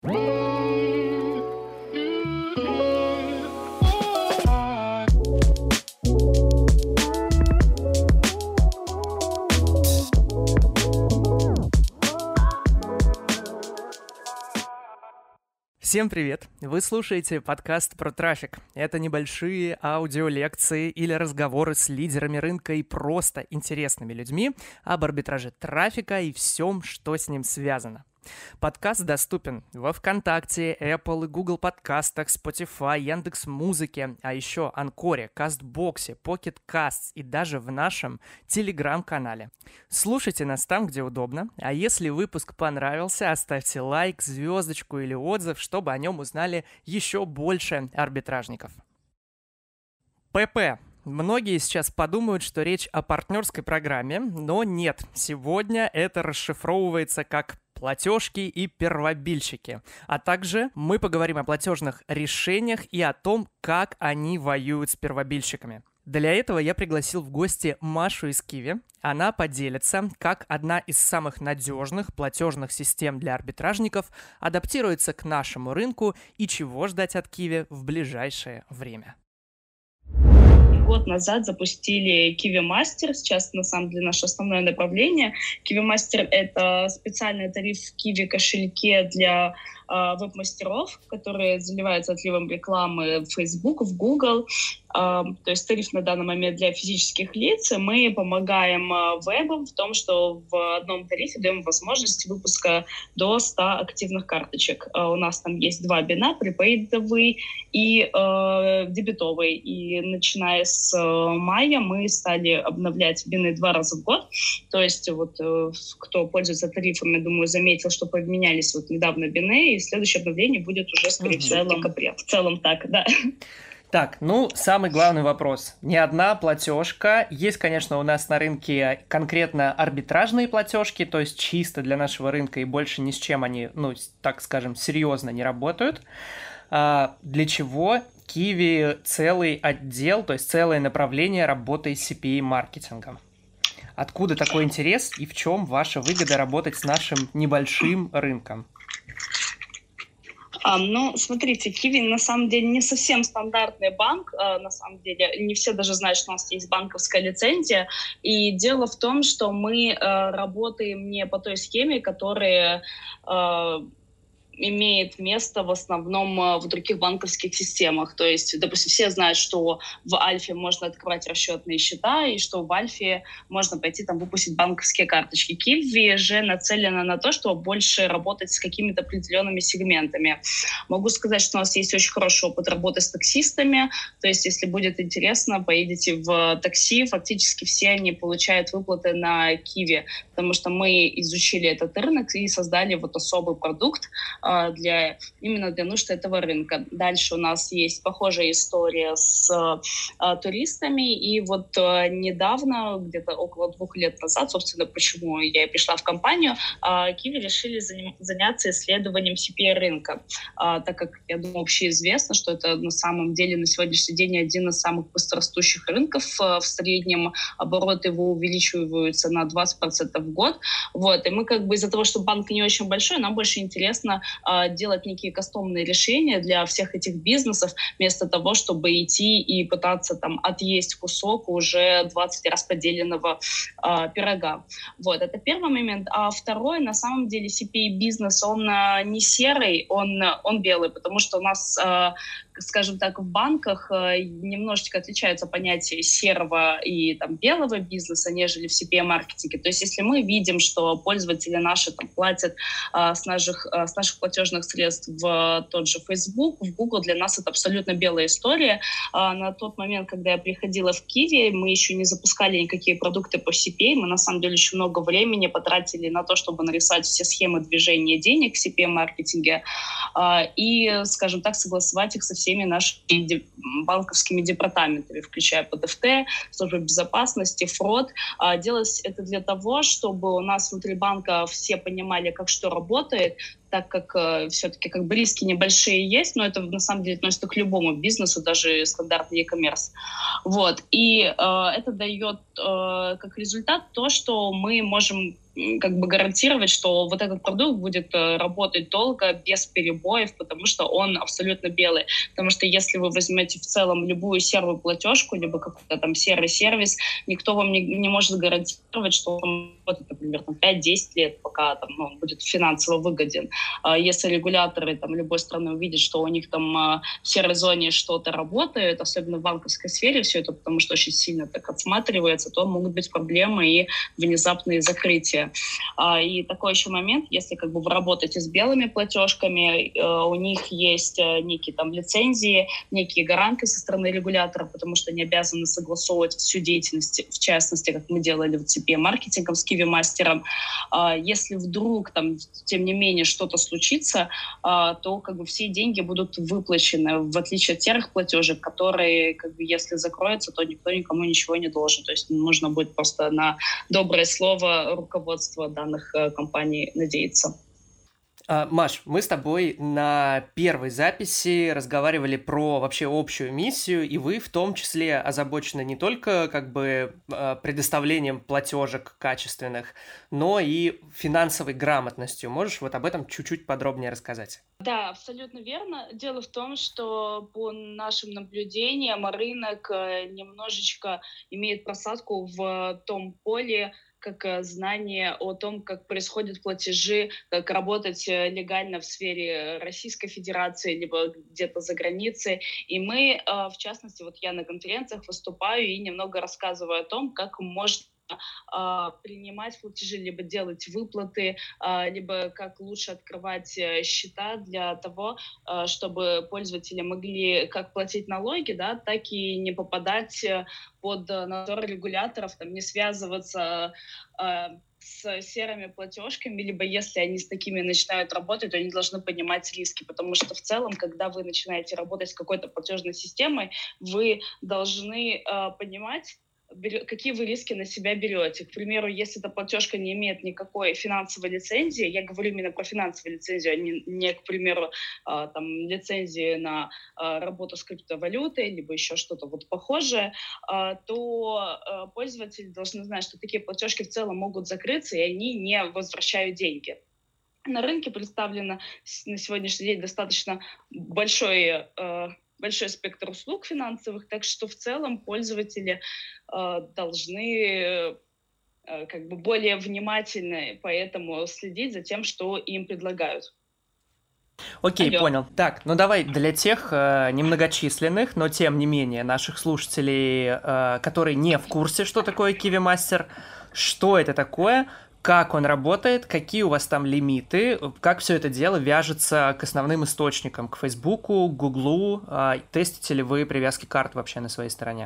Всем привет! Вы слушаете подкаст про трафик. Это небольшие аудиолекции или разговоры с лидерами рынка и просто интересными людьми об арбитраже трафика и всем, что с ним связано. Подкаст доступен во ВКонтакте, Apple и Google подкастах, Spotify, Яндекс.Музыке, а еще Анкоре, Кастбоксе, Pocket Casts и даже в нашем Telegram-канале. Слушайте нас там, где удобно, а если выпуск понравился, оставьте лайк, звездочку или отзыв, чтобы о нем узнали еще больше арбитражников. ПП. Многие сейчас подумают, что речь о партнерской программе, но нет, сегодня это расшифровывается как платежки и первобильщики. А также мы поговорим о платежных решениях и о том, как они воюют с первобильщиками. Для этого я пригласил в гости Машу из Киви. Она поделится, как одна из самых надежных платежных систем для арбитражников адаптируется к нашему рынку и чего ждать от Киви в ближайшее время. Год назад запустили Kiwi Master, сейчас на самом деле наше основное направление. Kiwi Master — это специальный тариф в Kiwi кошельке для веб-мастеров, которые заливаются отливом рекламы в Facebook, в Google. То есть тариф на данный момент для физических лиц. Мы помогаем вебам в том, что в одном тарифе даем возможность выпуска до 100 активных карточек. У нас там есть два бина, припейдовый и дебетовый. И начиная с мая мы стали обновлять бины 2 раза в год. То есть вот кто пользуется тарифом, я думаю, заметил, что поменялись вот недавно бины, и следующее обновление будет уже, скорее всего, в декабре. В целом так, да. Так, самый главный вопрос. Не одна платежка. Есть, конечно, у нас на рынке конкретно арбитражные платежки, то есть чисто для нашего рынка, и больше ни с чем они, так скажем, серьезно не работают. Для чего Kiwi целый отдел, то есть целое направление работы с CPA-маркетингом? Откуда такой интерес и в чем ваша выгода работать с нашим небольшим рынком? Смотрите, Kiwi на самом деле не совсем стандартный банк, на самом деле не все даже знают, что у нас есть банковская лицензия, и дело в том, что мы работаем не по той схеме, которая имеет место в основном в других банковских системах. То есть, допустим, все знают, что в Альфе можно открывать расчетные счета, и что в Альфе можно пойти там выпустить банковские карточки. Kiwi же нацелена на то, чтобы больше работать с какими-то определенными сегментами. Могу сказать, что у нас есть очень хороший опыт работы с таксистами. То есть, если будет интересно, поедете в такси, фактически все они получают выплаты на Kiwi, потому что мы изучили этот рынок и создали вот особый продукт, именно для нужд этого рынка. Дальше у нас есть похожая история с туристами. И вот недавно, где-то около 2 лет назад, собственно, почему я и пришла в компанию, Kiwi решили заняться исследованием CPA-рынка, так как, я думаю, общеизвестно, что это на самом деле на сегодняшний день один из самых быстрорастущих рынков. В среднем обороты его увеличиваются на 20% в год. Вот. И мы из-за того, что банк не очень большой, нам больше интересно делать некие кастомные решения для всех этих бизнесов, вместо того, чтобы идти и пытаться там отъесть кусок уже 20 раз поделенного пирога. Вот, это первый момент. А второй, на самом деле, CPA-бизнес, он не серый, он белый, потому что у нас, скажем так, в банках немножечко отличаются понятия серого и там, белого бизнеса, нежели в CPA-маркетинге. То есть если мы видим, что пользователи наши там, платят с наших платежных средств в тот же Facebook, в Google, для нас это абсолютно белая история. На тот момент, когда я приходила в Kiwi, мы еще не запускали никакие продукты по CPA. Мы, на самом деле, очень много времени потратили на то, чтобы нарисовать все схемы движения денег в CPA-маркетинге и, скажем так, согласовать их со всеми нашими банковскими департаментами, включая ПДФТ, службу безопасности, ФРОД. Делалось это для того, чтобы у нас внутри банка все понимали, как что работает, так как все-таки как бы риски небольшие есть, но это на самом деле относится к любому бизнесу, даже стандартный e-commerce. Вот. И это дает как результат то, что мы можем как бы гарантировать, что вот этот продукт будет работать долго, без перебоев, потому что он абсолютно белый. Потому что если вы возьмете в целом любую серую платежку, либо какой-то там серый сервис, никто вам не может гарантировать, что он работает, например, 5-10 лет, пока там, он будет финансово выгоден. Если регуляторы там, любой страны увидят, что у них там в серой зоне что-то работает, особенно в банковской сфере все это, потому что очень сильно так отсматривается, то могут быть проблемы и внезапные закрытия. И такой еще момент, если как бы вы работаете с белыми платежками, у них есть некие там лицензии, некие гаранты со стороны регулятора, потому что они обязаны согласовывать всю деятельность, в частности, как мы делали в CPA-маркетингом с Киви-мастером. Если вдруг там, тем не менее, что-то случится, то как бы все деньги будут выплачены, в отличие от серых платежек, которые, как бы, если закроются, то никто никому ничего не должен. То есть нужно будет просто на доброе слово руководства данных компаний надеяться. Маш, мы с тобой на первой записи разговаривали про вообще общую миссию, и вы в том числе озабочены не только как бы предоставлением платежек качественных, но и финансовой грамотностью. Можешь вот об этом чуть-чуть подробнее рассказать? Да, абсолютно верно. Дело в том, что по нашим наблюдениям рынок немножечко имеет просадку в том поле, как знание о том, как происходят платежи, как работать легально в сфере Российской Федерации, либо где-то за границей. И мы, в частности, вот я на конференциях выступаю и немного рассказываю о том, как можно принимать платежи, либо делать выплаты, либо как лучше открывать счета для того, чтобы пользователи могли как платить налоги, да, так и не попадать под надзор регуляторов, там, не связываться с серыми платежками, либо если они с такими начинают работать, то они должны понимать риски, потому что в целом, когда вы начинаете работать с какой-то платежной системой, вы должны понимать, какие вы риски на себя берете. К примеру, если эта платежка не имеет никакой финансовой лицензии, я говорю именно про финансовую лицензию, а не к примеру, там, лицензии на работу с криптовалютой, либо еще что-то вот похожее, то пользователи должны знать, что такие платежки в целом могут закрыться, и они не возвращают деньги. На рынке представлено на сегодняшний день достаточно большой спектр услуг финансовых, так что в целом пользователи должны как бы более внимательно поэтому следить за тем, что им предлагают. Окей, понял. Так, ну давай для тех немногочисленных, но тем не менее наших слушателей, которые не в курсе, что такое Киви-мастер, что это такое, как он работает, какие у вас там лимиты, как все это дело вяжется к основным источникам, к Фейсбуку, к Гуглу, тестите ли вы привязки карт вообще на своей стороне?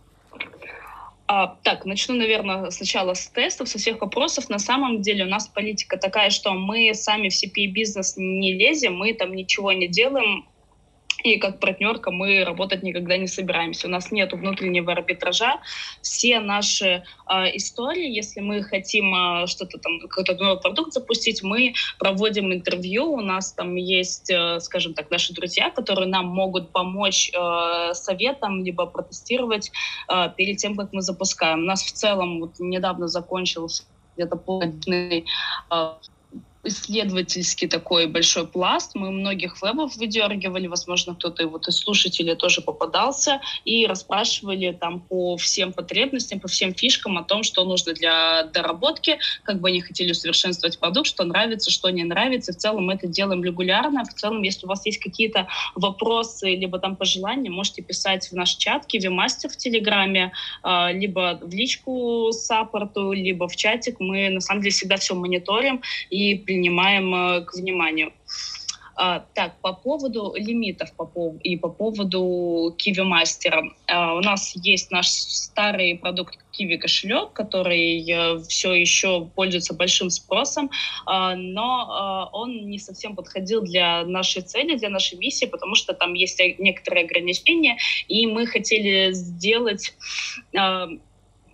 Так, начну, наверное, сначала с тестов, со всех вопросов. На самом деле у нас политика такая, что мы сами в CPA-бизнес не лезем, мы там ничего не делаем, и как партнерка мы работать никогда не собираемся. У нас нет внутреннего арбитража. Все наши истории, если мы хотим что-то там, какой-то новый продукт запустить, мы проводим интервью. У нас там есть, скажем так, наши друзья, которые нам могут помочь советом, либо протестировать перед тем, как мы запускаем. У нас в целом вот недавно закончился где-то полный исследовательский такой большой пласт. Мы многих вебов выдергивали, возможно, кто-то вот из слушателей тоже попадался, и расспрашивали там по всем потребностям, по всем фишкам о том, что нужно для доработки, как бы они хотели усовершенствовать продукт, что нравится, что не нравится. В целом мы это делаем регулярно. В целом, если у вас есть какие-то вопросы, либо там пожелания, можете писать в наш чат Киви-мастер в Телеграме, либо в личку саппорту, либо в чатик. Мы, на самом деле, всегда все мониторим и принимаем к вниманию. Так, по поводу лимитов и по поводу Киви-мастера. У нас есть наш старый продукт Киви кошелек, который все еще пользуется большим спросом, но он не совсем подходил для нашей цели, для нашей миссии, потому что там есть некоторые ограничения, и мы хотели сделать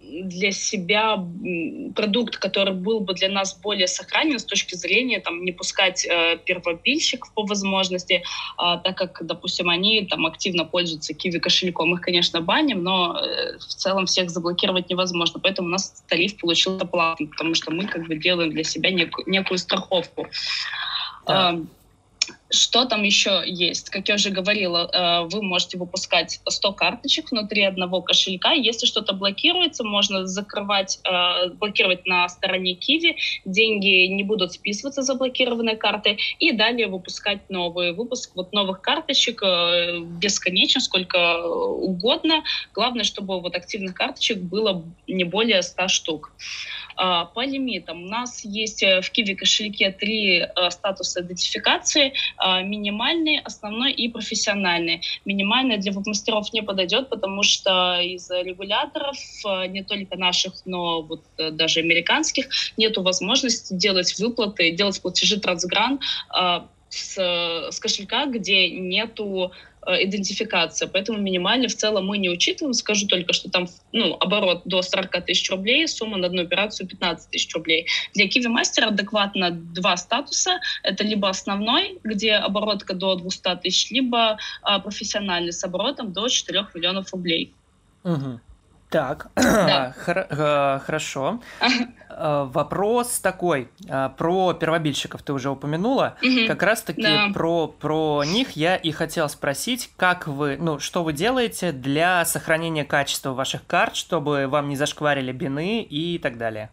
для себя продукт, который был бы для нас более сохранен с точки зрения там, не пускать первопильщиков по возможности, так как, допустим, они там активно пользуются Kiwi кошельком. Их, конечно, баним, но в целом всех заблокировать невозможно. Поэтому у нас тариф получился платным, потому что мы как бы делаем для себя некую страховку. Да. Что там еще есть? Как я уже говорила, вы можете выпускать 100 карточек внутри одного кошелька. Если что-то блокируется, можно блокировать на стороне Kiwi. Деньги не будут списываться с заблокированной карты. И далее выпускать новые. Выпуск новых карточек бесконечно, сколько угодно. Главное, чтобы активных карточек было не более 100 штук. По лимитам. У нас есть в Kiwi кошельке 3 статуса идентификации. Минимальный, основной и профессиональный. Минимальный для веб-мастеров не подойдет, потому что из-за регуляторов, не только наших, но даже американских, нету возможности делать выплаты, делать платежи трансгран с кошелька, где нету идентификация. Поэтому минимально в целом мы не учитываем. Скажу только, что там оборот до 40 тысяч рублей, сумма на одну операцию 15 тысяч рублей. Для Kiwi Master адекватно 2 статуса. Это либо основной, где оборотка до 200 тысяч, либо профессиональный с оборотом до 4 миллионов рублей. Угу. Так, да. Хорошо. Вопрос такой, про первобильщиков ты уже упомянула, как раз-таки про них я и хотел спросить, как вы, что вы делаете для сохранения качества ваших карт, чтобы вам не зашкварили бины и так далее?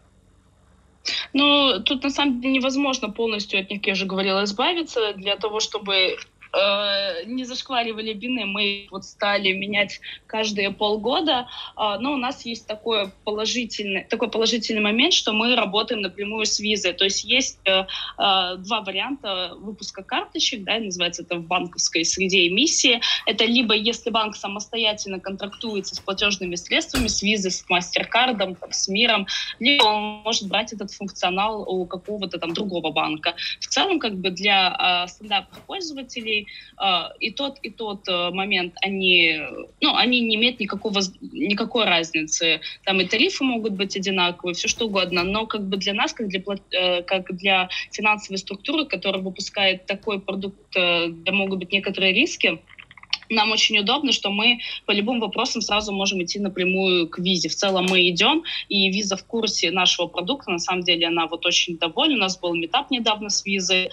Тут на самом деле невозможно полностью от них, я уже говорила, избавиться. Для того, чтобы не зашкваривали бины, мы стали менять каждые полгода, но у нас есть такой положительный момент, что мы работаем напрямую с визой, то есть есть 2 варианта выпуска карточек, называется это в банковской среде эмиссии, это либо если банк самостоятельно контрактуется с платежными средствами, с визой, с MasterCard'ом, с Миром, либо он может брать этот функционал у какого-то там другого банка. В целом, для стандартных пользователей и тот момент, они не имеют никакой разницы. Там и тарифы могут быть одинаковые, все что угодно, но для нас, как для финансовой структуры, которая выпускает такой продукт, где могут быть некоторые риски, нам очень удобно, что мы по любым вопросам сразу можем идти напрямую к визе. В целом мы идем, и виза в курсе нашего продукта. На самом деле она очень довольна. У нас был митап недавно с визой.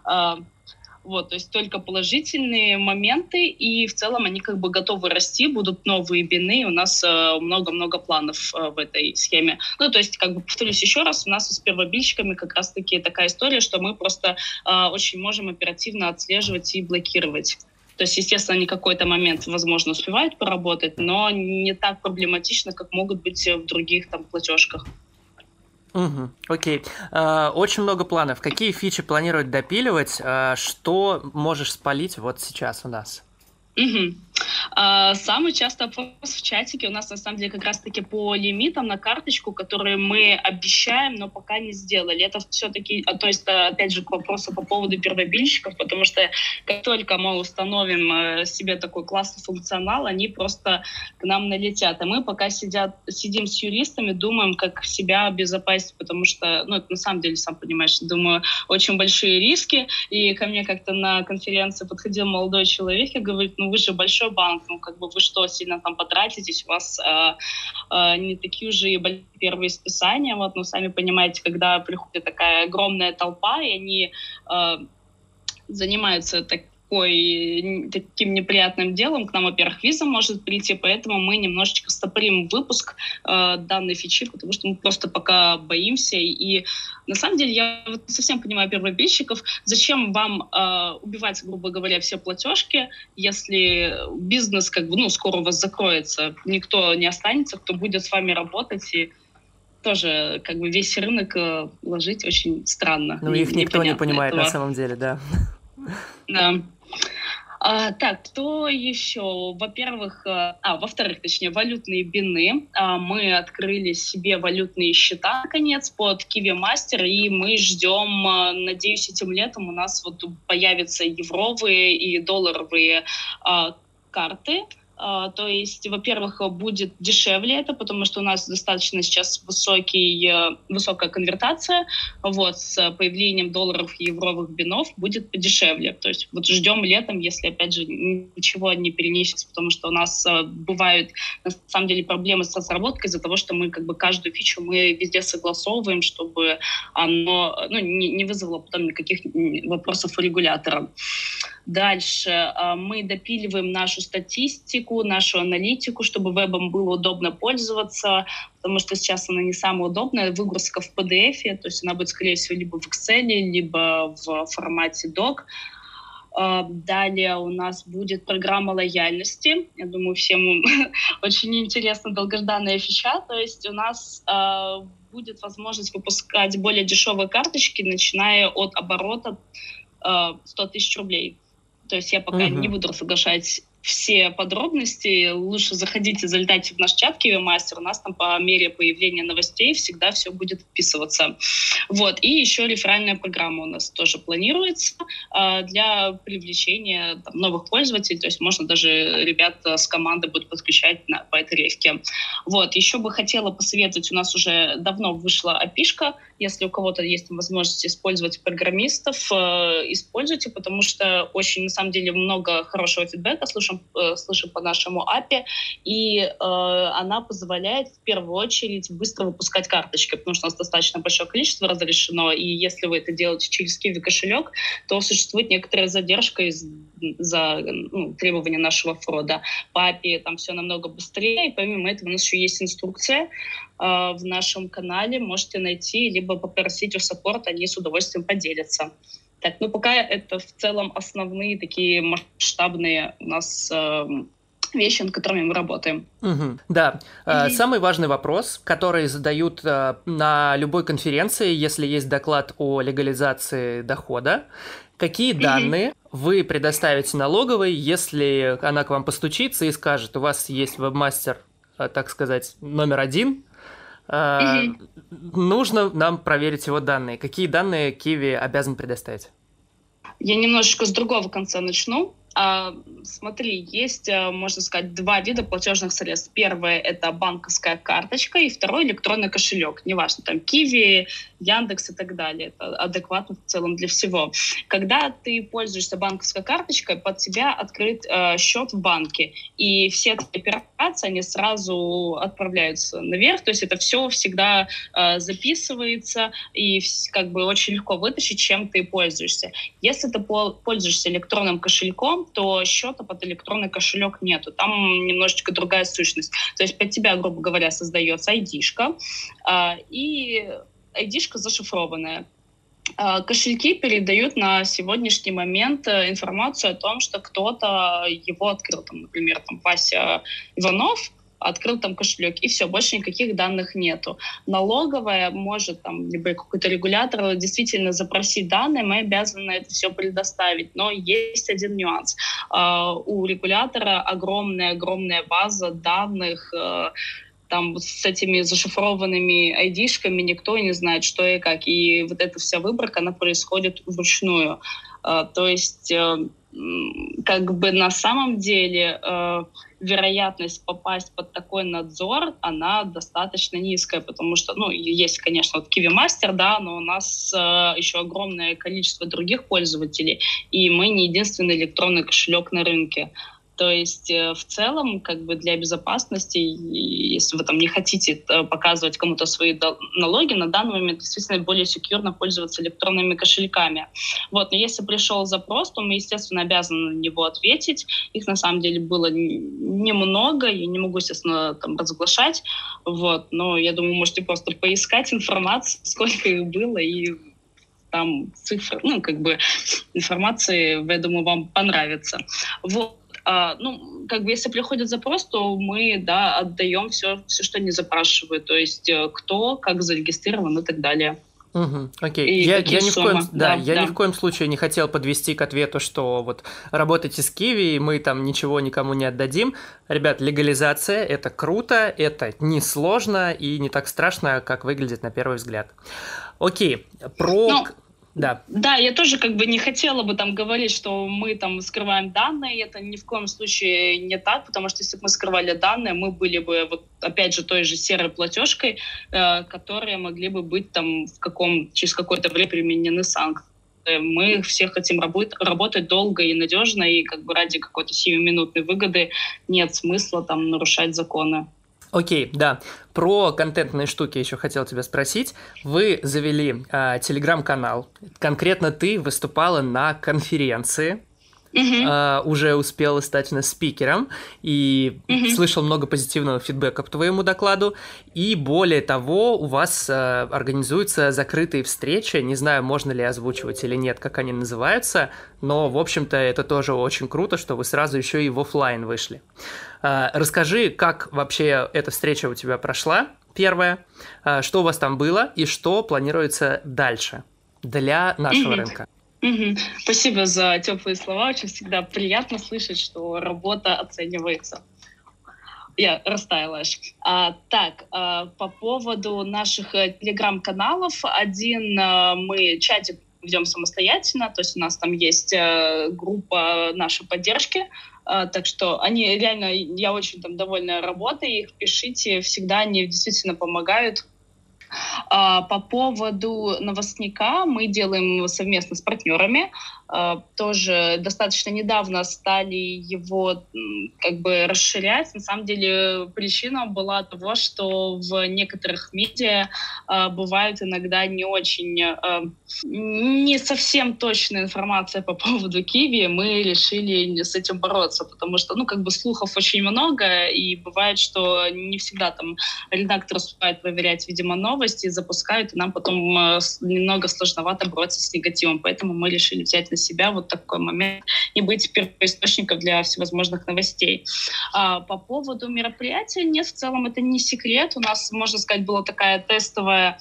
То есть только положительные моменты, и в целом они готовы расти, будут новые бины, у нас много-много планов в этой схеме. То есть, повторюсь еще раз, у нас с первобильщиками как раз-таки такая история, что мы просто очень можем оперативно отслеживать и блокировать. То есть, естественно, они какой-то момент, возможно, успевают поработать, но не так проблематично, как могут быть в других платежках. Угу, окей. Очень много планов. Какие фичи планируют допиливать? Что можешь спалить сейчас у нас? Угу. Самый частый вопрос в чатике у нас, на самом деле, как раз-таки по лимитам на карточку, которые мы обещаем, но пока не сделали. Это все-таки относится, опять же, к вопросу по поводу первобильщиков, потому что как только мы установим себе такой классный функционал, они просто к нам налетят. А мы пока сидим с юристами, думаем, как себя обезопасить, потому что, это на самом деле, сам понимаешь, думаю, очень большие риски. И ко мне как-то на конференции подходил молодой человек и говорит, вы же большой банк, вы что, сильно там потратитесь, у вас не такие уже и большие первые списания, сами понимаете, когда приходит такая огромная толпа, и они занимаются таким неприятным делом, к нам, во-первых, виза может прийти, поэтому мы немножечко стопорим выпуск данной фичи, потому что мы просто пока боимся. И на самом деле я совсем понимаю первобильщиков, зачем вам убивать, грубо говоря, все платежки, если бизнес скоро у вас закроется, никто не останется, кто будет с вами работать, и тоже весь рынок ложить очень странно. Их никто не понимает этого. На самом деле, да. Да. Так, что еще? Во-вторых, валютные бины. Мы открыли себе валютные счета, наконец, под Kiwi Master, и мы ждем, надеюсь, этим летом у нас появятся евровые и долларовые карты, То есть, во-первых, будет дешевле это, потому что у нас достаточно сейчас высокая конвертация. Вот, с появлением долларов и евровых бинов будет подешевле. То есть вот ждем летом, если, опять же, ничего не перенесется, потому что у нас бывают, на самом деле, проблемы с разработкой из-за того, что мы как бы каждую фичу мы везде согласовываем, чтобы оно не вызвало потом никаких вопросов у регулятора. Дальше мы допиливаем нашу статистику, нашу аналитику, чтобы вебом было удобно пользоваться, потому что сейчас она не самая удобная. Выгрузка в PDF, то есть она будет, скорее всего, либо в Excel, либо в формате doc. Далее у нас будет программа лояльности. Я думаю, всем очень интересна долгожданная фича. То есть у нас будет возможность выпускать более дешевые карточки, начиная от оборота 100 тысяч рублей. То есть я пока не буду соглашать все подробности. Лучше заходите, залетайте в наш чат Kiwi Master. У нас там по мере появления новостей всегда все будет вписываться. Вот. И еще реферальная программа у нас тоже планируется для привлечения новых пользователей. То есть можно даже ребят с команды будут подключать по этой рефке. Вот. Еще бы хотела посоветовать, у нас уже давно вышла API-шка. Если у кого-то есть возможность использовать программистов, используйте, потому что очень, на самом деле, много хорошего фидбэка слышим по нашему API, и она позволяет в первую очередь быстро выпускать карточки, потому что у нас достаточно большое количество разрешено, и если вы это делаете через Kiwi кошелек, то существует некоторая задержка из-за требования нашего фрода. По API там все намного быстрее, и помимо этого у нас еще есть инструкция в нашем канале, можете найти, либо попросить у саппорта, они с удовольствием поделятся. Так, пока это в целом основные такие масштабные у нас вещи, над которыми мы работаем. Да. Самый важный вопрос, который задают на любой конференции, если есть доклад о легализации дохода. Какие данные вы предоставите налоговой, если она к вам постучится и скажет, у вас есть вебмастер, так сказать, номер 1, нужно нам проверить его данные. Какие данные Kiwi обязан предоставить? Я немножечко с другого конца начну. Смотри, есть, можно сказать, два вида платежных средств. Первое — это банковская карточка, и второй — электронный кошелек. Неважно, там Kiwi, Яндекс и так далее. Это адекватно в целом для всего. Когда ты пользуешься банковской карточкой, под тебя открыт счет в банке, и все эти операции, они сразу отправляются наверх, то есть это все всегда записывается, и как бы очень легко вытащить, чем ты пользуешься. Если ты пользуешься электронным кошельком, то счета под электронный кошелек нету. Там немножечко другая сущность. То есть под тебя, грубо говоря, создается ID-шка, и ID-шка зашифрованная. Кошельки передают на сегодняшний момент информацию о том, что кто-то его открыл. Например, Вася Иванов открыл там кошелек, и все, больше никаких данных нету. Налоговая может, либо какой-то регулятор действительно запросить данные, мы обязаны это все предоставить. Но есть один нюанс. У регулятора огромная база данных, там с этими зашифрованными ID-шками никто не знает, что и как. И вот эта вся выборка, она происходит вручную. То есть как бы на самом деле вероятность попасть под такой надзор, она достаточно низкая, потому что, есть, конечно, Kiwi Master, да, но у нас еще огромное количество других пользователей, и мы не единственный электронный кошелек на рынке. То есть в целом, как бы для безопасности, если вы не хотите показывать кому-то свои налоги, на данный момент действительно более секьюрно пользоваться электронными кошельками. Вот. Но если пришел запрос, то мы, естественно, обязаны на него ответить. Их на самом деле было немного, я не могу, естественно, разглашать. Вот. Но я думаю, можете просто поискать информацию, сколько их было, и там цифры, информации, я думаю, вам понравится. Вот. Если приходит запрос, то мы, отдаем все, что они запрашивают. То есть кто, как зарегистрирован и так далее. Окей. Я ни в коем случае не хотел подвести к ответу, что вот работайте с Kiwi, мы там ничего никому не отдадим. Ребят, легализация – это круто, это несложно и не так страшно, как выглядит на первый взгляд. Окей. Да. Да, я тоже как бы не хотела бы там говорить, что мы там скрываем данные. Это ни в коем случае не так, потому что если бы мы скрывали данные, мы были бы вот опять же той же серой платежкой, которые могли бы быть там через какое-то время применены санкции. Мы все хотим работать долго и надежно, и как бы ради какой-то 7-минутной выгоды нет смысла там нарушать законы. Окей, да. Про контентные штуки еще хотел тебя спросить. Вы завели телеграм-канал. Конкретно ты выступала на конференции. Уже успела стать спикером и слышал много позитивного фидбэка по твоему докладу. И более того, у вас организуются закрытые встречи. Не знаю, можно ли озвучивать или нет, как они называются, но, в общем-то, это тоже очень круто, что вы сразу еще и в офлайн вышли. Расскажи, как вообще эта встреча у тебя прошла, первая, что у вас там было и что планируется дальше для нашего рынка. Спасибо за теплые слова. Очень всегда приятно слышать, что работа оценивается. Я растаяла аж. По поводу наших телеграм-каналов. Один мы чатик ведем самостоятельно, то есть у нас там есть группа нашей поддержки, так что они реально, я очень там довольна работой, их пишите, всегда они действительно помогают. По поводу новостника мы делаем совместно с партнерами. Тоже достаточно недавно стали его как бы расширять. На самом деле причина была того, что в некоторых медиа бывает иногда не очень, не совсем точная информация по поводу Киви. Мы решили с этим бороться, потому что, слухов очень много, и бывает, что не всегда там редактор успевает проверять, видимо, новости, запускают, и нам потом немного сложновато бороться с негативом. Поэтому мы решили взять на себя вот такой момент и быть первоисточником для всевозможных новостей. По поводу мероприятия, нет, в целом это не секрет. У нас, можно сказать, была такая тестовая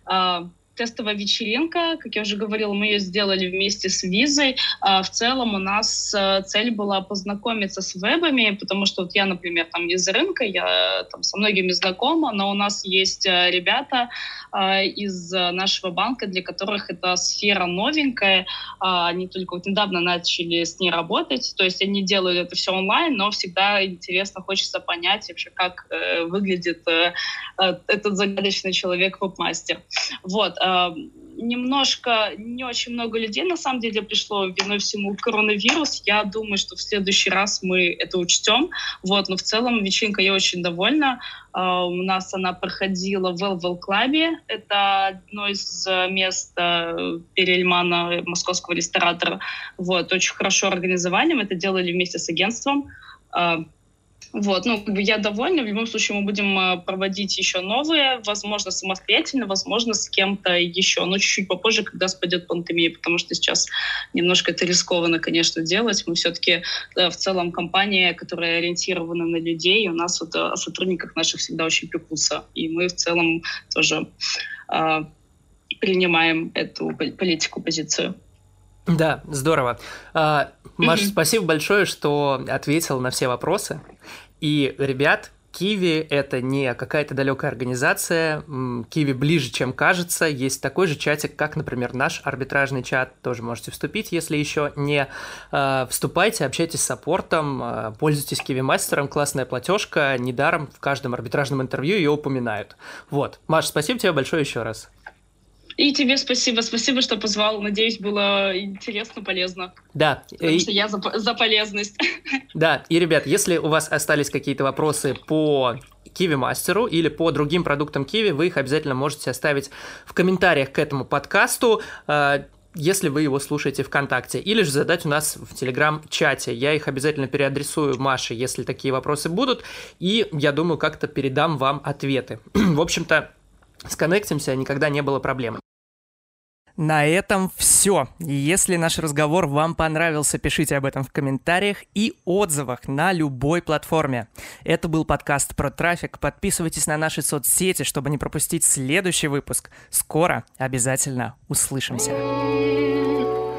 вечеринка, как я уже говорила, мы ее сделали вместе с Визой. В целом у нас цель была познакомиться с вебами, потому что вот я, например, там из рынка, я там со многими знакома, но у нас есть ребята из нашего банка, для которых эта сфера новенькая. Они только вот недавно начали с ней работать, то есть они делают это все онлайн, но всегда интересно, хочется понять вообще, как выглядит этот загадочный человек-вебмастер. Вот. Немножко, не очень много людей, на самом деле, пришло виной всему коронавирус. Я думаю, что в следующий раз мы это учтем. Вот. Но в целом вечеринка, я очень довольна. У нас она проходила в Well Club. Это одно из мест Перельмана, московского ресторатора. Вот. Очень хорошо организовали. Мы это делали вместе с агентством. Вот, я довольна. В любом случае мы будем проводить еще новые, возможно, самостоятельно, возможно, с кем-то еще, но чуть-чуть попозже, когда спадет пандемия, потому что сейчас немножко это рискованно, конечно, делать. Мы все-таки в целом компания, которая ориентирована на людей, у нас вот о сотрудниках наших всегда очень пекутся, и мы в целом тоже принимаем эту политику, позицию. Да, здорово. Маш, спасибо большое, что ответил на все вопросы. И, ребят, Киви — это не какая-то далекая организация. Киви ближе, чем кажется. Есть такой же чатик, как, например, наш арбитражный чат. Тоже можете вступить, если еще не вступайте, общайтесь с саппортом, пользуйтесь Киви-мастером. Классная платежка. Недаром в каждом арбитражном интервью ее упоминают. Вот. Маш, спасибо тебе большое еще раз. И тебе спасибо. Спасибо, что позвал. Надеюсь, было интересно, полезно. Да. Потому что я за полезность. Да. И, ребят, если у вас остались какие-то вопросы по Киви-мастеру или по другим продуктам Киви, вы их обязательно можете оставить в комментариях к этому подкасту, если вы его слушаете ВКонтакте, или же задать у нас в Телеграм-чате. Я их обязательно переадресую Маше, если такие вопросы будут, и, я думаю, как-то передам вам ответы. В общем-то, сконнектимся, никогда не было проблем. На этом все. Если наш разговор вам понравился, пишите об этом в комментариях и отзывах на любой платформе. Это был подкаст про трафик. Подписывайтесь на наши соцсети, чтобы не пропустить следующий выпуск. Скоро обязательно услышимся.